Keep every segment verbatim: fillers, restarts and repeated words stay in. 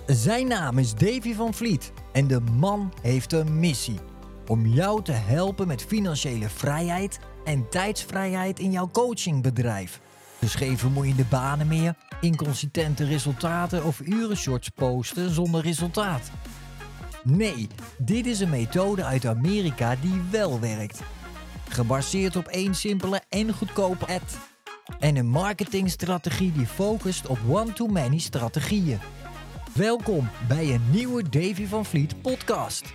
Zijn naam is Davy van Vliet en de man heeft een missie. Om jou te helpen met financiële vrijheid en tijdsvrijheid in jouw coachingbedrijf. Dus geen vermoeiende banen meer, inconsistente resultaten of urenshorts posten zonder resultaat. Nee, dit is een methode uit Amerika die wel werkt. Gebaseerd op één simpele en goedkope ad. En een marketingstrategie die focust op one-to-many strategieën. Welkom bij een nieuwe Davy van Vliet podcast.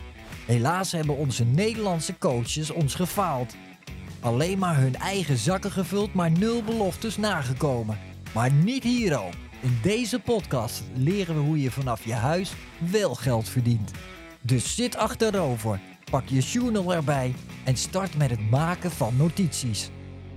Helaas hebben onze Nederlandse coaches ons gefaald. Alleen maar hun eigen zakken gevuld, maar nul beloftes nagekomen. Maar niet hier al. In deze podcast leren we hoe je vanaf je huis wel geld verdient. Dus zit achterover, pak je journal erbij en start met het maken van notities.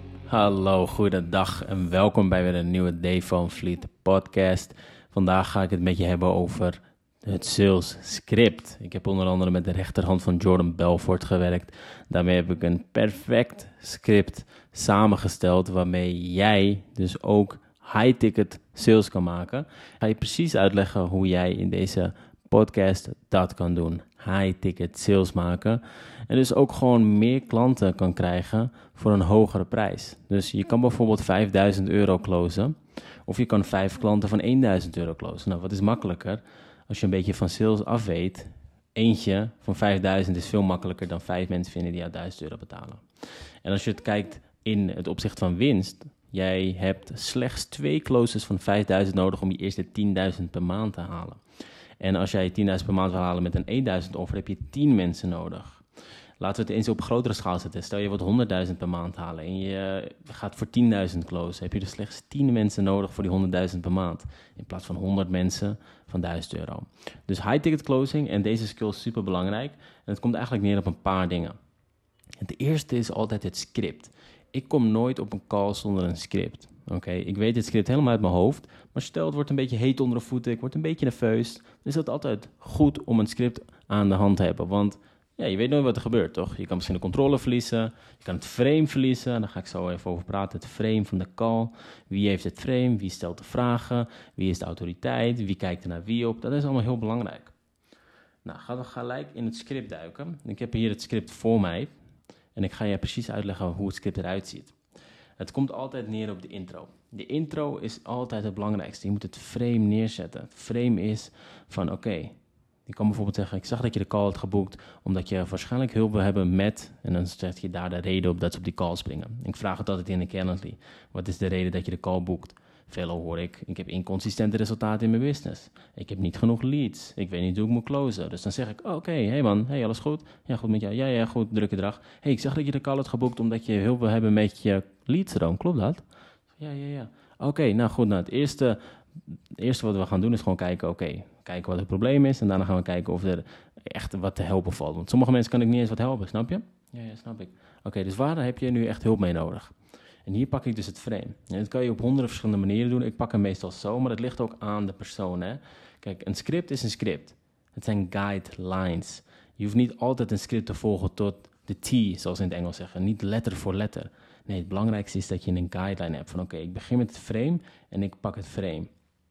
Hallo, goedendag en welkom bij weer een nieuwe Davy van Vliet podcast. Vandaag ga ik het met je hebben over het sales script. Ik heb onder andere met de rechterhand van Jordan Belfort gewerkt. Daarmee heb ik een perfect script samengesteld waarmee jij dus ook high-ticket sales kan maken. Ik ga je precies uitleggen hoe jij in deze podcast dat kan doen. High-ticket sales maken. En dus ook gewoon meer klanten kan krijgen voor een hogere prijs. Dus je kan bijvoorbeeld vijfduizend euro closen. Of je kan vijf klanten van eenduizend euro closen. Nou, wat is makkelijker? Als je een beetje van sales af weet, eentje van vijfduizend is veel makkelijker dan vijf mensen vinden die jou duizend euro betalen. En als je het kijkt in het opzicht van winst, jij hebt slechts twee closes van vijfduizend nodig om je eerste tienduizend per maand te halen. En als jij tienduizend per maand wil halen met een eenduizend offer, heb je tien mensen nodig. Laten we het eens op grotere schaal zetten. Stel je wilt honderdduizend per maand halen en je gaat voor tienduizend closen. Heb je dus slechts tien mensen nodig voor die honderdduizend per maand. In plaats van honderd mensen van duizend euro. Dus high ticket closing en deze skill is super belangrijk. En het komt eigenlijk neer op een paar dingen. Het eerste is altijd het script. Ik kom nooit op een call zonder een script. Oké, okay, ik weet dit script helemaal uit mijn hoofd. Maar stel het wordt een beetje heet onder de voeten, ik word een beetje nerveus. Dan is het altijd goed om een script aan de hand te hebben. Want ja, je weet nooit wat er gebeurt, toch? Je kan misschien de controle verliezen, je kan het frame verliezen. Daar ga ik zo even over praten, het frame van de call. Wie heeft het frame, wie stelt de vragen, wie is de autoriteit, wie kijkt er naar wie op. Dat is allemaal heel belangrijk. Nou, gaan we gelijk in het script duiken. Ik heb hier het script voor mij en ik ga je precies uitleggen hoe het script eruit ziet. Het komt altijd neer op de intro. De intro is altijd het belangrijkste. Je moet het frame neerzetten. Het frame is van oké, okay, je kan bijvoorbeeld zeggen, ik zag dat je de call had geboekt omdat je waarschijnlijk hulp wil hebben met, en dan zeg je daar de reden op dat ze op die call springen. Ik vraag het altijd in de Calendly. Wat is de reden dat je de call boekt? Veelal hoor ik, ik heb inconsistente resultaten in mijn business. Ik heb niet genoeg leads. Ik weet niet hoe ik moet closen. Dus dan zeg ik, oh, oké, okay, hey man, hey, alles goed? Ja, goed met jou? Ja, ja, goed, drukke dag. Hey, ik zag dat je de call had geboekt omdat je hulp wil hebben met je leadsroom. Klopt dat? Ja, ja, ja. Oké, okay, nou goed, nou het eerste, het eerste wat we gaan doen is gewoon kijken, oké, okay, kijken wat het probleem is. En daarna gaan we kijken of er echt wat te helpen valt. Want sommige mensen kan ik niet eens wat helpen, snap je? Ja, ja, snap ik. Oké, okay, dus waar heb je nu echt hulp mee nodig? En hier pak ik dus het frame. En dat kan je op honderden verschillende manieren doen. Ik pak hem meestal zo, maar dat ligt ook aan de persoon. Hè? Kijk, een script is een script. Het zijn guidelines. Je hoeft niet altijd een script te volgen tot de T, zoals ze in het Engels zeggen. Niet letter voor letter. Nee, het belangrijkste is dat je een guideline hebt. Van oké, okay, ik begin met het frame en ik pak het frame.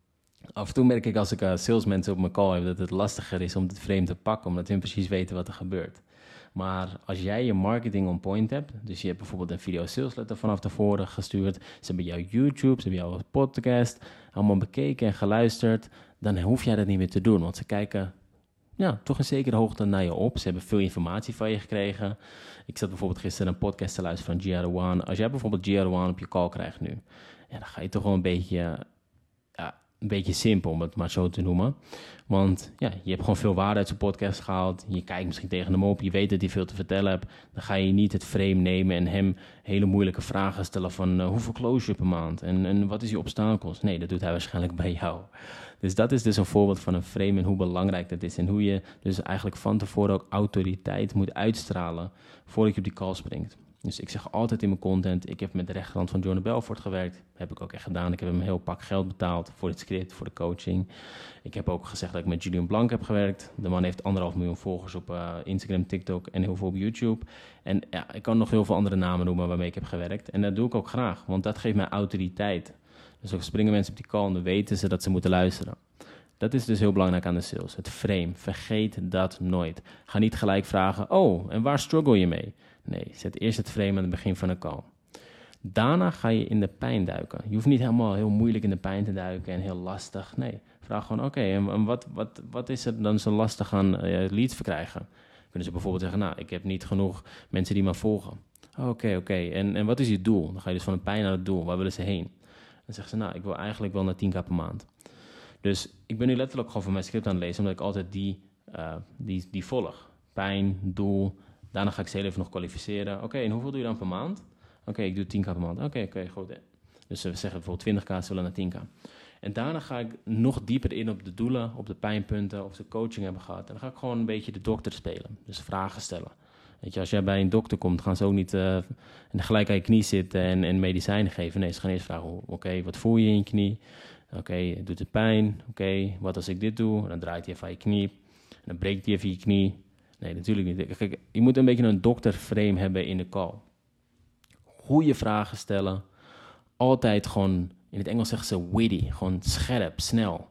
Af en toe merk ik als ik uh, salesmensen op mijn call heb dat het lastiger is om het frame te pakken, omdat hun precies weten wat er gebeurt. Maar als jij je marketing on point hebt, dus je hebt bijvoorbeeld een video sales letter vanaf tevoren gestuurd, ze hebben jouw YouTube, ze hebben jouw podcast allemaal bekeken en geluisterd, dan hoef jij dat niet meer te doen, want ze kijken ja, toch een zekere hoogte naar je op. Ze hebben veel informatie van je gekregen. Ik zat bijvoorbeeld gisteren een podcast te luisteren van G R one. Als jij bijvoorbeeld G R one op je call krijgt nu, ja, dan ga je toch wel een beetje ja, een beetje simpel, om het maar zo te noemen. Want ja, je hebt gewoon veel waarde uit zijn podcast gehaald. Je kijkt misschien tegen hem op. Je weet dat hij veel te vertellen hebt. Dan ga je niet het frame nemen en hem hele moeilijke vragen stellen van uh, hoeveel close je per maand? En, en wat is je obstakels? Nee, dat doet hij waarschijnlijk bij jou. Dus dat is dus een voorbeeld van een frame en hoe belangrijk dat is. En hoe je dus eigenlijk van tevoren ook autoriteit moet uitstralen voordat je op die call springt. Dus ik zeg altijd in mijn content, ik heb met de rechterhand van Jordan Belfort gewerkt. Heb ik ook echt gedaan. Ik heb hem een heel pak geld betaald voor het script, voor de coaching. Ik heb ook gezegd dat ik met Julian Blank heb gewerkt. De man heeft anderhalf miljoen volgers op uh, Instagram, TikTok en heel veel op YouTube. En ja, ik kan nog heel veel andere namen noemen waarmee ik heb gewerkt. En dat doe ik ook graag, want dat geeft mij autoriteit. Dus ook springen mensen op die call en dan weten ze dat ze moeten luisteren. Dat is dus heel belangrijk aan de sales. Het frame. Vergeet dat nooit. Ga niet gelijk vragen, oh, en waar struggle je mee? Nee, zet eerst het frame aan het begin van de call. Daarna ga je in de pijn duiken. Je hoeft niet helemaal heel moeilijk in de pijn te duiken en heel lastig. Nee, vraag gewoon, oké, okay, en wat, wat, wat is er dan zo lastig aan uh, leads verkrijgen? Kunnen ze bijvoorbeeld zeggen, nou, ik heb niet genoeg mensen die me volgen. Oké, okay, oké, okay. en, en wat is je doel? Dan ga je dus van een pijn naar het doel. Waar willen ze heen? Dan zeggen ze, nou, ik wil eigenlijk wel naar tien k per maand. Dus ik ben nu letterlijk gewoon van mijn script aan het lezen, omdat ik altijd die, uh, die, die volg. Pijn, doel, daarna ga ik ze heel even nog kwalificeren. Oké, okay, en hoeveel doe je dan per maand? Oké, okay, ik doe tien k per maand. Oké, okay, oké, okay, goed. Hè. Dus we zeggen bijvoorbeeld twintig k, ze willen naar tien k. En daarna ga ik nog dieper in op de doelen, op de pijnpunten, of ze coaching hebben gehad. En dan ga ik gewoon een beetje de dokter spelen, dus vragen stellen. Weet je, als jij bij een dokter komt, gaan ze ook niet uh, gelijk aan je knie zitten en, en medicijnen geven. Nee, ze gaan eerst vragen, oké, okay, wat voel je in je knie? Oké, okay, doet het pijn? Oké, okay, wat als ik dit doe? En dan draait hij even aan je knie. En dan breekt hij even je knie. Nee, natuurlijk niet. Kijk, je moet een beetje een dokterframe hebben in de call. Goeie vragen stellen. Altijd gewoon, in het Engels zeggen ze witty. Gewoon scherp, snel.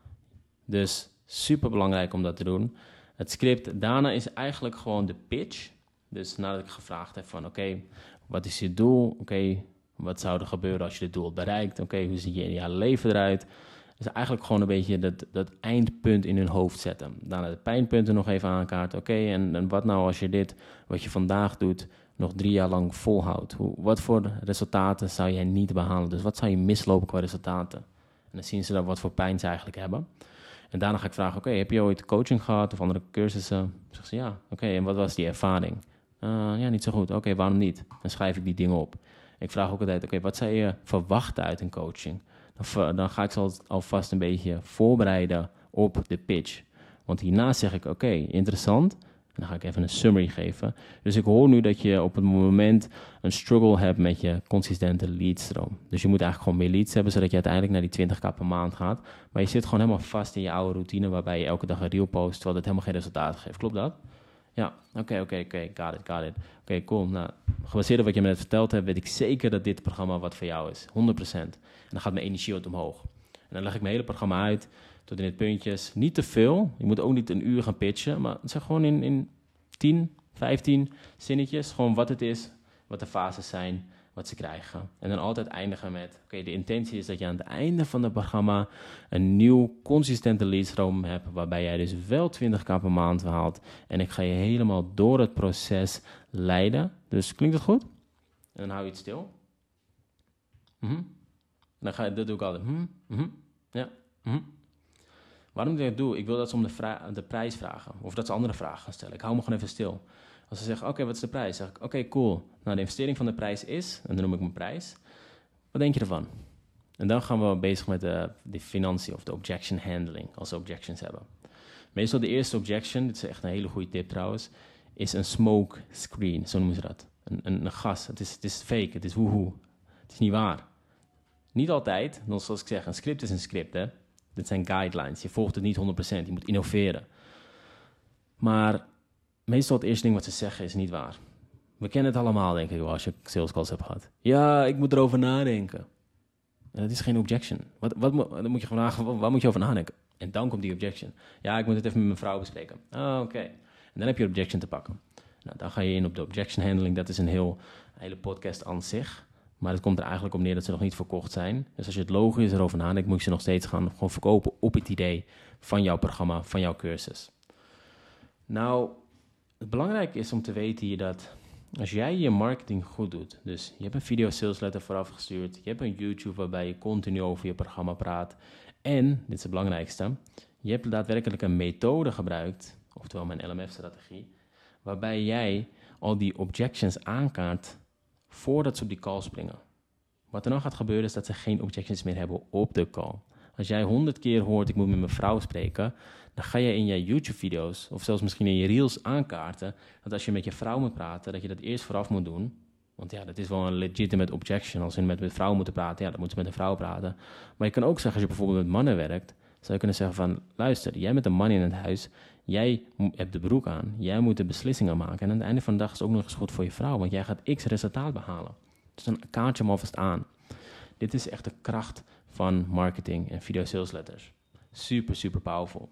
Dus super belangrijk om dat te doen. Het script daarna is eigenlijk gewoon de pitch. Dus nadat ik gevraagd heb van, oké, okay, wat is je doel? Oké, okay, wat zou er gebeuren als je dit doel bereikt? Oké, okay, hoe ziet je ideale leven eruit? Dus eigenlijk gewoon een beetje dat, dat eindpunt in hun hoofd zetten. Daarna de pijnpunten nog even aankaarten. Oké, okay, en, en wat nou als je dit, wat je vandaag doet, nog drie jaar lang volhoudt? Hoe, wat voor resultaten zou jij niet behalen? Dus wat zou je mislopen qua resultaten? En dan zien ze dan wat voor pijn ze eigenlijk hebben. En daarna ga ik vragen, oké, okay, heb je ooit coaching gehad of andere cursussen? Dan zeggen ze, ja, oké, okay, en wat was die ervaring? Uh, ja, niet zo goed. Oké, okay, waarom niet? Dan schrijf ik die dingen op. Ik vraag ook altijd, oké, okay, wat zou je verwachten uit een coaching? Dan, dan ga ik ze alvast een beetje voorbereiden op de pitch. Want hierna zeg ik, oké, okay, interessant. En dan ga ik even een summary geven. Dus ik hoor nu dat je op het moment een struggle hebt met je consistente leadstroom. Dus je moet eigenlijk gewoon meer leads hebben, zodat je uiteindelijk naar die twintig k per maand gaat. Maar je zit gewoon helemaal vast in je oude routine, waarbij je elke dag een reel post, terwijl het helemaal geen resultaat geeft. Klopt dat? Ja, oké, oké, oké, got it, got it. Oké, okay, cool. Nou, gebaseerd op wat je me net verteld hebt, weet ik zeker dat dit programma wat voor jou is. honderd procent. En dan gaat mijn energie wat omhoog. En dan leg ik mijn hele programma uit, tot in het puntjes. Niet te veel. Je moet ook niet een uur gaan pitchen, maar zeg gewoon in, in tien, vijftien zinnetjes. Gewoon wat het is, wat de fases zijn, wat ze krijgen. En dan altijd eindigen met, oké, okay, de intentie is dat je aan het einde van het programma een nieuw, consistente leadstroom hebt, waarbij jij dus wel twintig k per maand haalt. En ik ga je helemaal door het proces leiden. Dus klinkt het goed? En dan hou je het stil. Mm-hmm. Dan ga je, dat doe ik altijd. Mm-hmm. Mm-hmm. Ja. Mm-hmm. Waarom ik dat doe? Ik wil dat ze om de, vra- de prijs vragen. Of dat ze andere vragen gaan stellen. Ik hou me gewoon even stil. Als ze zeggen, oké, okay, wat is de prijs? Dan zeg ik, oké, okay, cool. Nou, de investering van de prijs is, en dan noem ik mijn prijs. Wat denk je ervan? En dan gaan we bezig met de, de financiën of de objection handling, als ze objections hebben. Meestal de eerste objection, dit is echt een hele goede tip trouwens, is een smoke screen, zo noemen ze dat. Een, een, een gas, het is, het is fake, het is woehoe. Het is niet waar. Niet altijd, zoals ik zeg, een script is een script, hè. Dit zijn guidelines, je volgt het niet honderd procent, je moet innoveren. Maar meestal het eerste ding wat ze zeggen is niet waar. We kennen het allemaal, denk ik wel, als je sales calls hebt gehad. Ja, ik moet erover nadenken. En dat is geen objection. Wat, wat, dan moet je gewoon vragen, waar moet je over nadenken? En dan komt die objection. Ja, ik moet het even met mijn vrouw bespreken. Ah, oké. Okay. En dan heb je de objection te pakken. Nou, dan ga je in op de objection handling. Dat is een heel, een hele podcast aan zich. Maar het komt er eigenlijk op neer dat ze nog niet verkocht zijn. Dus als je het logisch erover nadenkt, moet je ze nog steeds gaan gewoon verkopen op het idee van jouw programma, van jouw cursus. Nou, het belangrijke is om te weten hier dat als jij je marketing goed doet, dus je hebt een video sales letter vooraf gestuurd, je hebt een YouTube waarbij je continu over je programma praat en, dit is het belangrijkste, je hebt daadwerkelijk een methode gebruikt, oftewel mijn L M F-strategie, waarbij jij al die objections aankaart voordat ze op die call springen. Wat er dan gaat gebeuren is dat ze geen objections meer hebben op de call. Als jij honderd keer hoort, ik moet met mijn vrouw spreken, dan ga je in je YouTube-video's, of zelfs misschien in je reels aankaarten, dat als je met je vrouw moet praten, dat je dat eerst vooraf moet doen. Want ja, dat is wel een legitimate objection. Als je met een vrouw moet praten, ja, dan moeten ze met een vrouw praten. Maar je kan ook zeggen, als je bijvoorbeeld met mannen werkt, zou je kunnen zeggen van, luister, jij met een man in het huis, jij hebt de broek aan, jij moet de beslissingen maken. En aan het einde van de dag is het ook nog eens goed voor je vrouw, want jij gaat x resultaat behalen. Dus dan kaart je hem alvast aan. Dit is echt de kracht van marketing en video sales letters. Super, super powerful.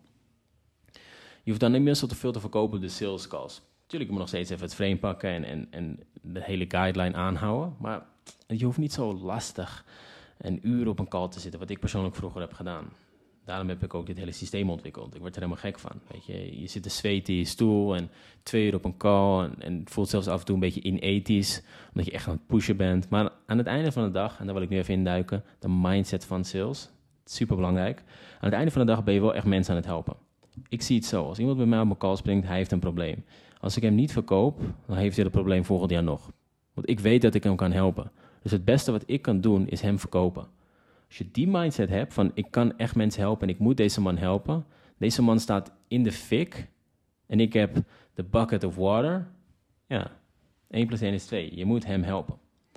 Je hoeft dan niet meer zo te veel te verkopen op de sales calls. Tuurlijk, je moet nog steeds even het frame pakken en, en, en de hele guideline aanhouden. Maar je hoeft niet zo lastig een uur op een call te zitten, wat ik persoonlijk vroeger heb gedaan. Daarom heb ik ook dit hele systeem ontwikkeld. Ik word er helemaal gek van. Weet je, je zit te zweten in je stoel en twee uur op een call. En, en het voelt zelfs af en toe een beetje inethisch, omdat je echt aan het pushen bent. Maar aan het einde van de dag, en daar wil ik nu even induiken, de mindset van sales, super belangrijk. Aan het einde van de dag ben je wel echt mensen aan het helpen. Ik zie het zo, als iemand bij mij op mijn call springt, hij heeft een probleem. Als ik hem niet verkoop, dan heeft hij het probleem volgend jaar nog. Want ik weet dat ik hem kan helpen. Dus het beste wat ik kan doen, is hem verkopen. Als je die mindset hebt van ik kan echt mensen helpen en ik moet deze man helpen. Deze man staat in de fik en ik heb de bucket of water. Ja, één plus één is twee. Je moet hem helpen.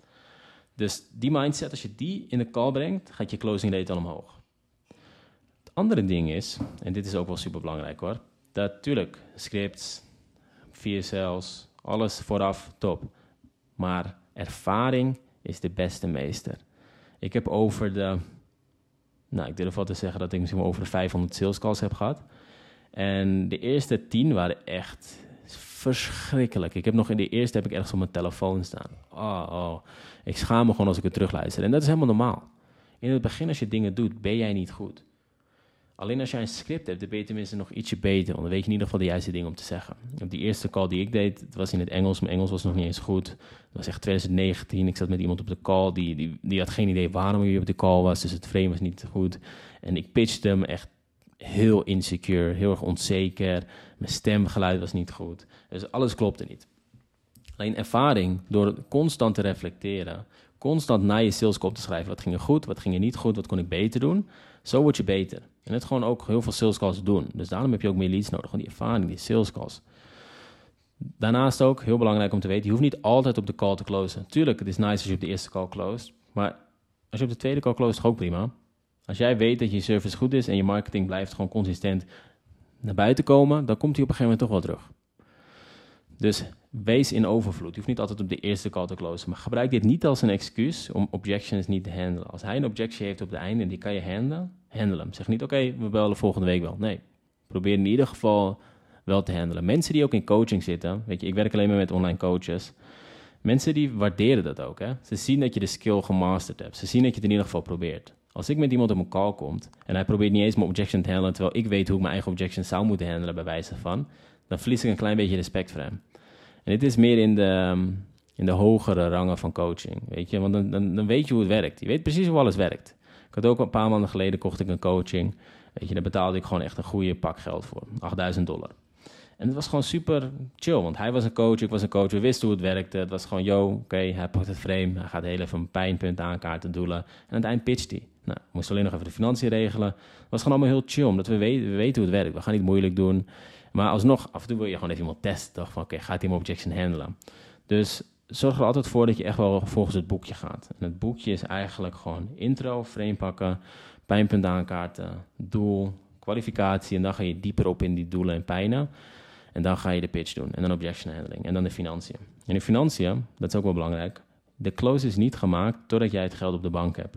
Dus die mindset, als je die in de call brengt, gaat je closing rate al omhoog. Het andere ding is, en dit is ook wel super belangrijk hoor, dat natuurlijk scripts, V S L's, alles vooraf top. Maar ervaring is de beste meester. Ik heb over de, nou ik durf wel te zeggen dat ik misschien wel over de vijfhonderd sales calls heb gehad. En de eerste tien waren echt verschrikkelijk. Ik heb nog in de eerste heb ik ergens op mijn telefoon staan. Oh, oh. Ik schaam me gewoon als ik het terugluister. En dat is helemaal normaal. In het begin als je dingen doet, ben jij niet goed. Alleen als jij een script hebt, dan ben je tenminste nog ietsje beter. Want dan weet je in ieder geval de juiste dingen om te zeggen. Op die eerste call die ik deed, het was in het Engels. Mijn Engels was nog niet eens goed. Het was echt twintig negentien. Ik zat met iemand op de call. Die, die, die had geen idee waarom hij op de call was. Dus het frame was niet goed. En ik pitchte hem echt heel insecure, heel erg onzeker. Mijn stemgeluid was niet goed. Dus alles klopte niet. Alleen ervaring, door constant te reflecteren, constant naar je sales call te schrijven. Wat ging er goed, wat ging er niet goed, wat kon ik beter doen? Zo word je beter. En het gewoon ook heel veel sales calls doen. Dus daarom heb je ook meer leads nodig. Gewoon die ervaring, die sales calls. Daarnaast ook, heel belangrijk om te weten, je hoeft niet altijd op de call te closen. Tuurlijk, het is nice als je op de eerste call closed. Maar als je op de tweede call closed, is ook prima. Als jij weet dat je service goed is en je marketing blijft gewoon consistent naar buiten komen, dan komt hij op een gegeven moment toch wel terug. Dus wees in overvloed. Je hoeft niet altijd op de eerste call te closen. Maar gebruik dit niet als een excuus om objections niet te handelen. Als hij een objection heeft op het einde en die kan je handelen, handle hem. Zeg niet, oké, okay, we bellen volgende week wel. Nee, probeer in ieder geval wel te handelen. Mensen die ook in coaching zitten, weet je, ik werk alleen maar met online coaches. Mensen die waarderen dat ook. Hè? Ze zien dat je de skill gemasterd hebt. Ze zien dat je het in ieder geval probeert. Als ik met iemand op een call komt en hij probeert niet eens mijn objection te handelen, terwijl ik weet hoe ik mijn eigen objection zou moeten handelen bij wijze van, dan verlies ik een klein beetje respect voor hem. En dit is meer in de, in de hogere rangen van coaching, weet je. Want dan, dan, dan weet je hoe het werkt. Je weet precies hoe alles werkt. Ik had ook een paar maanden geleden, kocht ik een coaching. Weet je, daar betaalde ik gewoon echt een goede pak geld voor. achtduizend dollar. En het was gewoon super chill, want hij was een coach, ik was een coach. We wisten hoe het werkte. Het was gewoon, yo, oké, okay, hij pakt het frame. Hij gaat heel even een pijnpunt aankaarten, doelen. En aan het eind pitcht hij. Nou, we moesten alleen nog even de financiën regelen. Het was gewoon allemaal heel chill, omdat we weten, we weten hoe het werkt. We gaan niet moeilijk doen. Maar alsnog, af en toe wil je gewoon even iemand testen. Toch van, oké, okay, gaat hij mijn objection handelen? Dus zorg er altijd voor dat je echt wel volgens het boekje gaat. En het boekje is eigenlijk gewoon intro, frame pakken, pijnpunt aankaarten, doel, kwalificatie. En dan ga je dieper op in die doelen en pijnen. En dan ga je de pitch doen. En dan objection handling. En dan de financiën. En de financiën, dat is ook wel belangrijk. De close is niet gemaakt totdat jij het geld op de bank hebt.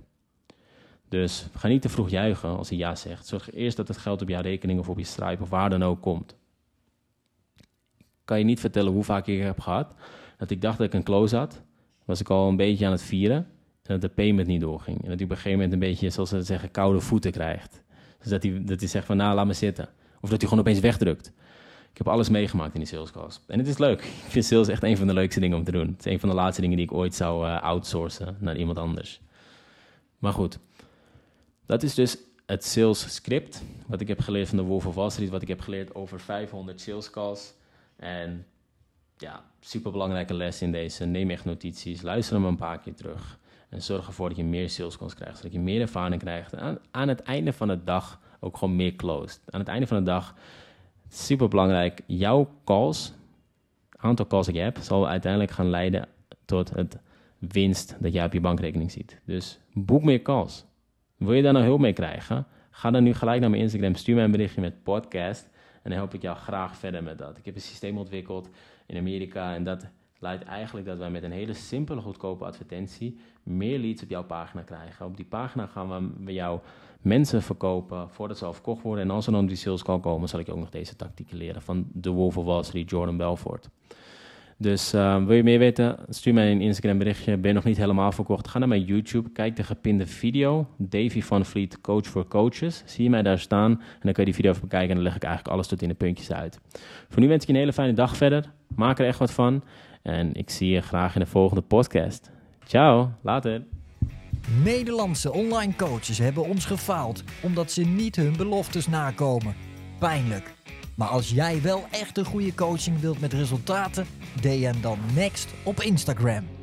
Dus ga niet te vroeg juichen als hij ja zegt. Zorg eerst dat het geld op jouw rekening of op je Stripe of waar dan ook komt. Ik kan je niet vertellen hoe vaak ik heb gehad dat ik dacht dat ik een close had. Was ik al een beetje aan het vieren. En dat de payment niet doorging. En dat hij op een gegeven moment een beetje, zoals ze zeggen, koude voeten krijgt. Dus dat hij, dat hij zegt van, nou, laat me zitten. Of dat hij gewoon opeens wegdrukt. Ik heb alles meegemaakt in die sales calls. En het is leuk. Ik vind sales echt een van de leukste dingen om te doen. Het is een van de laatste dingen die ik ooit zou uh, outsourcen naar iemand anders. Maar goed, dat is dus het sales script. Wat ik heb geleerd van de Wolf of Wall Street. Wat ik heb geleerd over vijfhonderd sales calls. En ja, super belangrijke les in deze. Neem echt notities. Luister hem een paar keer terug. En zorg ervoor dat je meer sales calls krijgt. Zodat je meer ervaring krijgt. En aan, aan het einde van de dag ook gewoon meer closed. Aan het einde van de dag, super belangrijk, jouw calls, aantal calls dat je hebt, zal uiteindelijk gaan leiden tot het winst dat jij op je bankrekening ziet. Dus boek meer calls. Wil je daar nou hulp mee krijgen? Ga dan nu gelijk naar mijn Instagram, stuur mij een berichtje met podcast en dan help ik jou graag verder met dat. Ik heb een systeem ontwikkeld in Amerika en dat leidt eigenlijk dat wij met een hele simpele, goedkope advertentie meer leads op jouw pagina krijgen. Op die pagina gaan we jou mensen verkopen voordat ze al verkocht worden. En als er dan op die sales call komen, zal ik je ook nog deze tactieken leren van de Wolf of Wall Street, Jordan Belfort. Dus uh, wil je meer weten, stuur mij een Instagram berichtje. Ben je nog niet helemaal verkocht? Ga naar mijn YouTube, kijk de gepinde video. Davy Van Vliet, Coach for Coaches. Zie je mij daar staan en dan kun je die video even bekijken en dan leg ik eigenlijk alles tot in de puntjes uit. Voor nu wens ik je een hele fijne dag verder. Maak er echt wat van. En ik zie je graag in de volgende podcast. Ciao, later. Nederlandse online coaches hebben ons gefaald omdat ze niet hun beloftes nakomen. Pijnlijk. Maar als jij wel echt een goede coaching wilt met resultaten, D M dan Next op Instagram.